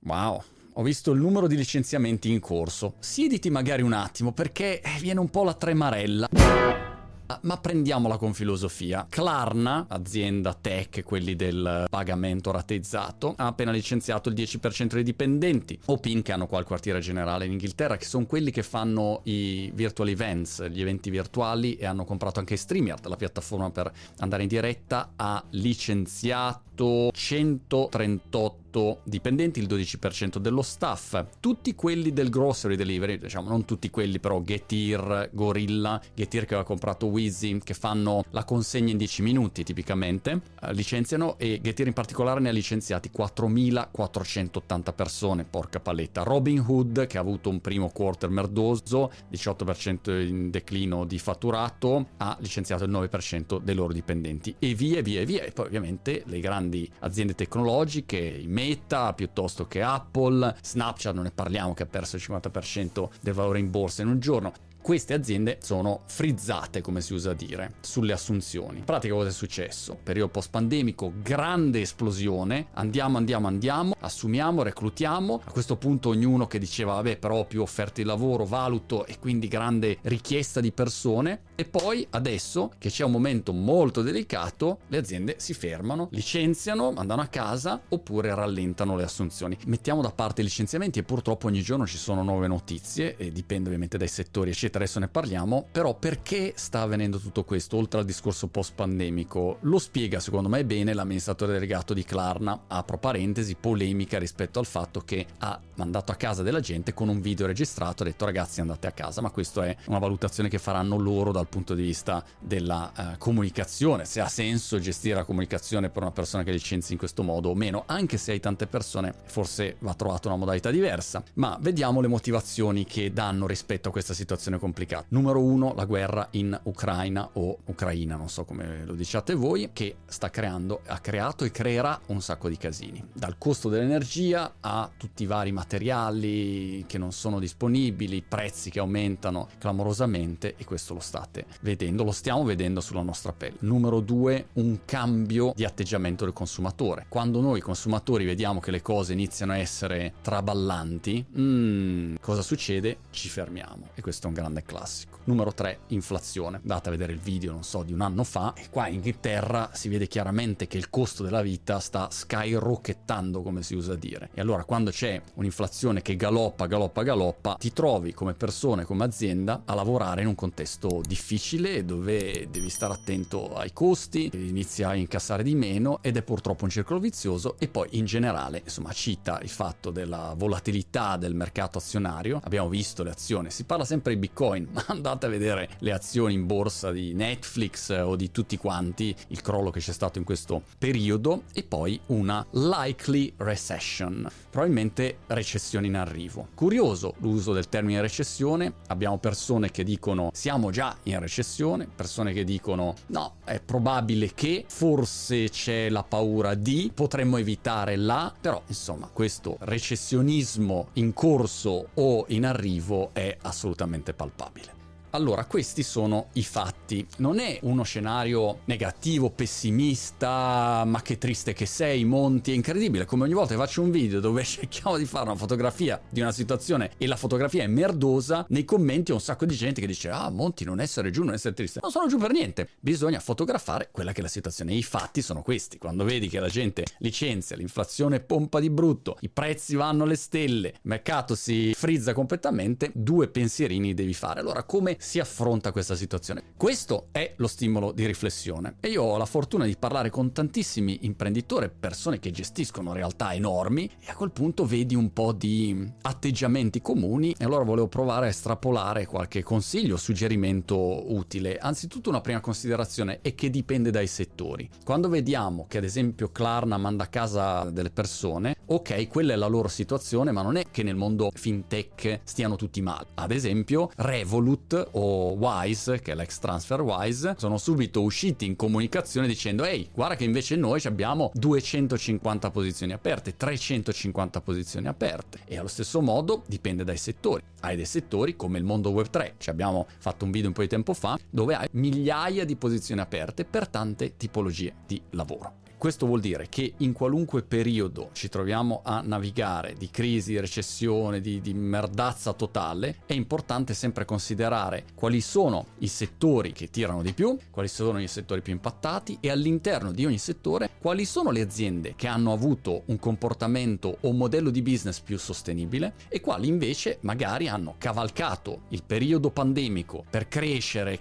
Wow. Ho visto il numero di licenziamenti in corso. Siediti magari un attimo perché viene un po' la tremarella. Ma prendiamola con filosofia. Klarna, azienda tech, quelli del pagamento rateizzato, ha appena licenziato il 10% dei dipendenti. Opin, che hanno qua il quartiere generale in Inghilterra, che sono quelli che fanno i virtual events, gli eventi virtuali, e hanno comprato anche StreamYard, la piattaforma per andare in diretta, ha licenziato 138 dipendenti, il 12% dello staff, tutti quelli del grocery delivery, diciamo non tutti quelli però, Getir, Gorilla, Getir che aveva comprato Wheezy, che fanno la consegna in 10 minuti tipicamente, licenziano, e Getir in particolare ne ha licenziati 4.480 persone, porca paletta. Robinhood, che ha avuto un primo quarter merdoso, 18% in declino di fatturato, ha licenziato il 9% dei loro dipendenti, e via e via. E poi ovviamente le grandi aziende tecnologiche, i Meta piuttosto che Apple, Snapchat non ne parliamo, che ha perso il 50% del valore in borsa in un giorno. Queste aziende sono frizzate, come si usa dire, sulle assunzioni. In pratica cosa è successo? Periodo post-pandemico, grande esplosione, andiamo, assumiamo, reclutiamo. A questo punto ognuno che diceva vabbè però ho più offerte di lavoro, valuto, e quindi grande richiesta di persone. E poi adesso che c'è un momento molto delicato, le aziende si fermano, licenziano, andano a casa oppure rallentano le assunzioni. Mettiamo da parte i licenziamenti e purtroppo ogni giorno ci sono nuove notizie, e dipende ovviamente dai settori eccetera, adesso ne parliamo. Però perché sta avvenendo tutto questo, oltre al discorso post-pandemico? Lo spiega secondo me bene l'amministratore delegato di Klarna, apro parentesi, polemica rispetto al fatto che ha mandato a casa della gente con un video registrato, ha detto ragazzi andate a casa, ma questo è una valutazione che faranno loro dal punto di vista della comunicazione, se ha senso gestire la comunicazione per una persona che licenzi in questo modo o meno. Anche se hai tante persone forse va trovata una modalità diversa, ma vediamo le motivazioni che danno rispetto a questa situazione complicata. Numero 1, la guerra in Ucraina, o Ucraina, non so come lo diciate voi, che ha creato e creerà un sacco di casini, dal costo dell'energia a tutti i vari materiali che non sono disponibili, prezzi che aumentano clamorosamente, e questo lo stiamo vedendo sulla nostra pelle. Numero 2, un cambio di atteggiamento del consumatore. Quando noi consumatori vediamo che le cose iniziano a essere traballanti, cosa succede? Ci fermiamo, e questo è un grande classico. Numero 3, inflazione. Andate a vedere il video, non so, di un anno fa, e qua in Inghilterra si vede chiaramente che il costo della vita sta skyrockettando, come si usa dire. E allora quando c'è un'inflazione che galoppa, ti trovi come persone, come azienda, a lavorare in un contesto difficile, dove devi stare attento ai costi, inizi a incassare di meno, ed è purtroppo un circolo vizioso. E poi in generale, insomma, cita il fatto della volatilità del mercato azionario. Abbiamo visto le azioni, si parla sempre di Bitcoin, ma andate a vedere le azioni in borsa di Netflix o di tutti quanti, il crollo che c'è stato in questo periodo. E poi una likely recession, probabilmente recessione in arrivo. Curioso l'uso del termine recessione. Abbiamo persone che dicono siamo già in recessione, persone che dicono no, è probabile che, forse c'è la paura di, potremmo evitare la. Però insomma questo recessionismo in corso o in arrivo è assolutamente palpabile. Allora, questi sono i fatti. Non è uno scenario negativo, pessimista, ma che triste che sei, Monti, è incredibile. Come ogni volta che faccio un video dove cerchiamo di fare una fotografia di una situazione e la fotografia è merdosa, nei commenti ho un sacco di gente che dice Monti, non essere giù, non essere triste. Non sono giù per niente. Bisogna fotografare quella che è la situazione. I fatti sono questi. Quando vedi che la gente licenzia, l'inflazione pompa di brutto, i prezzi vanno alle stelle, il mercato si frizza completamente, due pensierini devi fare. Allora, come si affronta questa situazione? Questo è lo stimolo di riflessione, e io ho la fortuna di parlare con tantissimi imprenditori, persone che gestiscono realtà enormi, e a quel punto vedi un po' di atteggiamenti comuni, e allora volevo provare a estrapolare qualche consiglio, suggerimento utile. Anzitutto una prima considerazione è che dipende dai settori. Quando vediamo che ad esempio Klarna manda a casa delle persone, ok, quella è la loro situazione, ma non è che nel mondo fintech stiano tutti male. Ad esempio Revolut o Wise, che è l'ex TransferWise, sono subito usciti in comunicazione dicendo ehi, guarda che invece noi abbiamo 250 posizioni aperte, 350 posizioni aperte. E allo stesso modo dipende dai settori. Hai dei settori come il mondo Web3, ci abbiamo fatto un video un po' di tempo fa, dove hai migliaia di posizioni aperte per tante tipologie di lavoro. Questo vuol dire che in qualunque periodo ci troviamo a navigare di crisi, recessione, di merdazza totale, è importante sempre considerare quali sono i settori che tirano di più, quali sono i settori più impattati e all'interno di ogni settore quali sono le aziende che hanno avuto un comportamento o un modello di business più sostenibile e quali invece magari hanno cavalcato il periodo pandemico per crescere,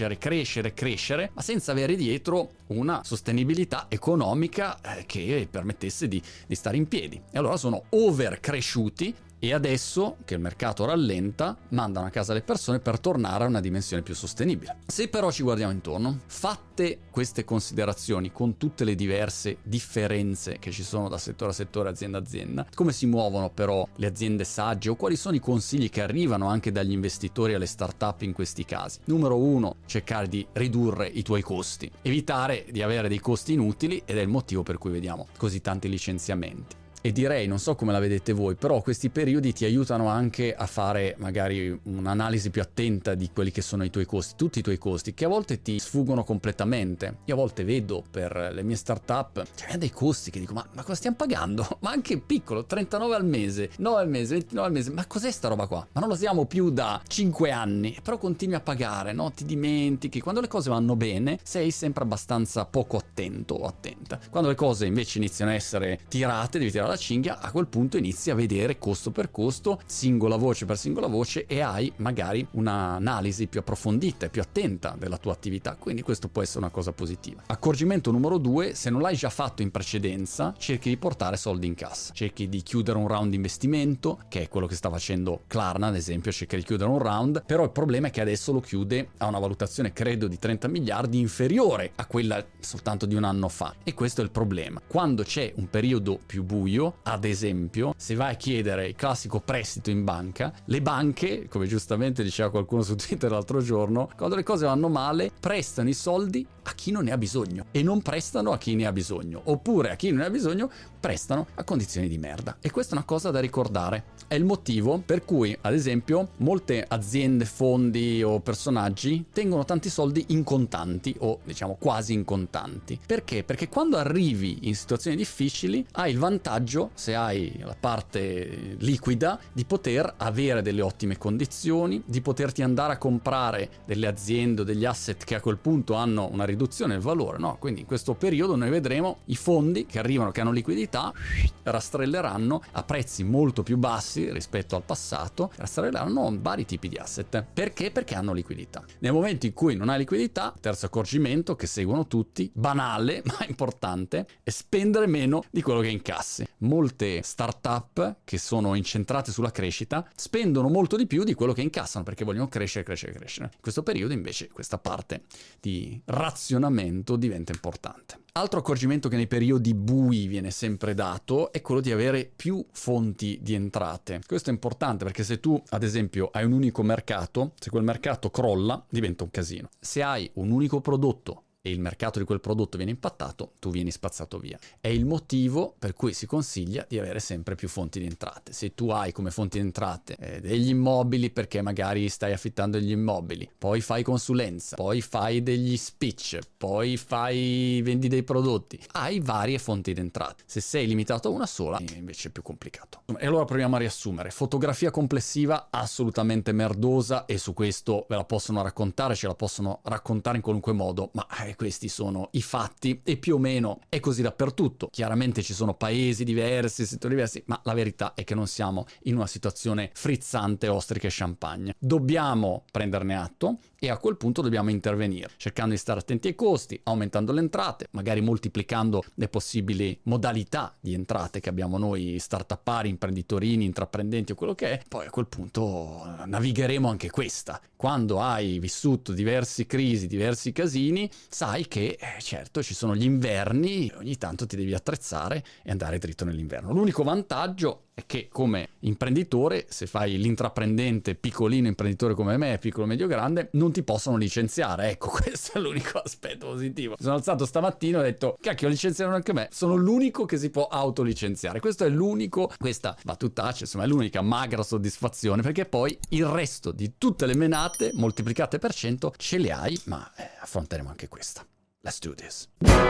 ma senza avere dietro una sostenibilità economica che permettesse di stare in piedi. E allora sono overcresciuti e adesso che il mercato rallenta mandano a casa le persone per tornare a una dimensione più sostenibile. Se però ci guardiamo intorno, fatte queste considerazioni con tutte le diverse differenze che ci sono da settore a settore, azienda a azienda, come si muovono però le aziende sagge o quali sono i consigli che arrivano anche dagli investitori alle start-up in questi casi? Numero 1, cercare di ridurre i tuoi costi, evitare di avere dei costi inutili ed è il motivo per cui vediamo così tanti licenziamenti. E direi, non so come la vedete voi, però questi periodi ti aiutano anche a fare magari un'analisi più attenta di quelli che sono i tuoi costi, tutti i tuoi costi, che a volte ti sfuggono completamente. Io a volte vedo per le mie startup, c'è dei costi che dico, ma cosa stiamo pagando? Ma anche piccolo, 39 al mese, 9 al mese, 29 al mese, ma cos'è sta roba qua? Ma non lo siamo più da 5 anni, però continui a pagare, no? Ti dimentichi, quando le cose vanno bene sei sempre abbastanza poco attento o attenta. Quando le cose invece iniziano a essere tirate, devi tirare la cinghia, a quel punto inizi a vedere costo per costo, singola voce per singola voce e hai magari un'analisi più approfondita e più attenta della tua attività, quindi questo può essere una cosa positiva. Accorgimento numero 2, se non l'hai già fatto in precedenza, cerchi di portare soldi in cassa, cerchi di chiudere un round di investimento, che è quello che sta facendo Klarna ad esempio, cerca di chiudere un round, però il problema è che adesso lo chiude a una valutazione credo di 30 miliardi inferiore a quella soltanto di un anno fa, e questo è il problema. Quando c'è un periodo più buio, ad esempio, se vai a chiedere il classico prestito in banca, le banche, come giustamente diceva qualcuno su Twitter l'altro giorno, quando le cose vanno male, prestano i soldi a chi non ne ha bisogno e non prestano a chi ne ha bisogno, oppure a chi non ne ha bisogno prestano a condizioni di merda. E questa è una cosa da ricordare. È il motivo per cui, ad esempio, molte aziende, fondi o personaggi tengono tanti soldi in contanti o diciamo quasi in contanti. Perché? Perché quando arrivi in situazioni difficili hai il vantaggio, se hai la parte liquida, di poter avere delle ottime condizioni, di poterti andare a comprare delle aziende o degli asset che a quel punto hanno una riduzione del valore, no? Quindi in questo periodo noi vedremo i fondi che arrivano, che hanno liquidità, rastrelleranno a prezzi molto più bassi rispetto al passato, rastrelleranno vari tipi di asset. Perché? Perché hanno liquidità. Nel momento in cui non hai liquidità, terzo accorgimento che seguono tutti, banale ma importante, è spendere meno di quello che incassi. Molte startup che sono incentrate sulla crescita spendono molto di più di quello che incassano perché vogliono crescere. In questo periodo invece questa parte di razionamento diventa importante. Altro accorgimento che nei periodi bui viene sempre dato è quello di avere più fonti di entrate. Questo è importante perché se tu, ad esempio, hai un unico mercato, se quel mercato crolla, diventa un casino. Se hai un unico prodotto e il mercato di quel prodotto viene impattato, tu vieni spazzato via. È il motivo per cui si consiglia di avere sempre più fonti di entrate. Se tu hai come fonti di entrate degli immobili perché magari stai affittando gli immobili, poi fai consulenza, poi fai degli speech, poi vendi dei prodotti, hai varie fonti di entrate. Se sei limitato a una sola, invece è più complicato. E allora proviamo a riassumere. Fotografia complessiva assolutamente merdosa, e su questo ve la possono raccontare, ce la possono raccontare in qualunque modo, ma questi sono i fatti e più o meno è così dappertutto. Chiaramente ci sono paesi diversi, settori diversi, ma la verità è che non siamo in una situazione frizzante, ostriche e champagne. Dobbiamo prenderne atto e a quel punto dobbiamo intervenire, cercando di stare attenti ai costi, aumentando le entrate, magari moltiplicando le possibili modalità di entrate che abbiamo noi startupari, imprenditorini, intraprendenti o quello che è. Poi a quel punto navigheremo anche questa. Quando hai vissuto diverse crisi, diversi casini, sai che certo ci sono gli inverni, ogni tanto ti devi attrezzare e andare dritto nell'inverno. L'unico vantaggio è che come imprenditore, se fai l'intraprendente piccolino imprenditore come me, piccolo, medio, grande, non ti possono licenziare. Ecco, questo è l'unico aspetto positivo. Mi sono alzato stamattina e ho detto, cacchio, licenziano anche me. Sono l'unico che si può autolicenziare. Questo è l'unico, questa battutaccia, insomma, è l'unica magra soddisfazione, perché poi il resto di tutte le menate moltiplicate per 100 ce le hai, ma affronteremo anche questa. Let's do this.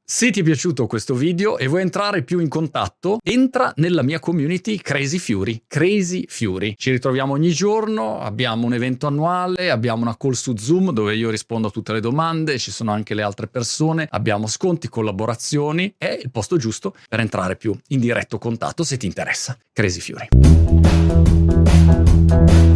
Se ti è piaciuto questo video e vuoi entrare più in contatto, entra nella mia community Crazy Fury. Crazy Fury. Ci ritroviamo ogni giorno, abbiamo un evento annuale, abbiamo una call su Zoom dove io rispondo a tutte le domande, ci sono anche le altre persone, abbiamo sconti, collaborazioni, è il posto giusto per entrare più in diretto contatto se ti interessa. Crazy Fury.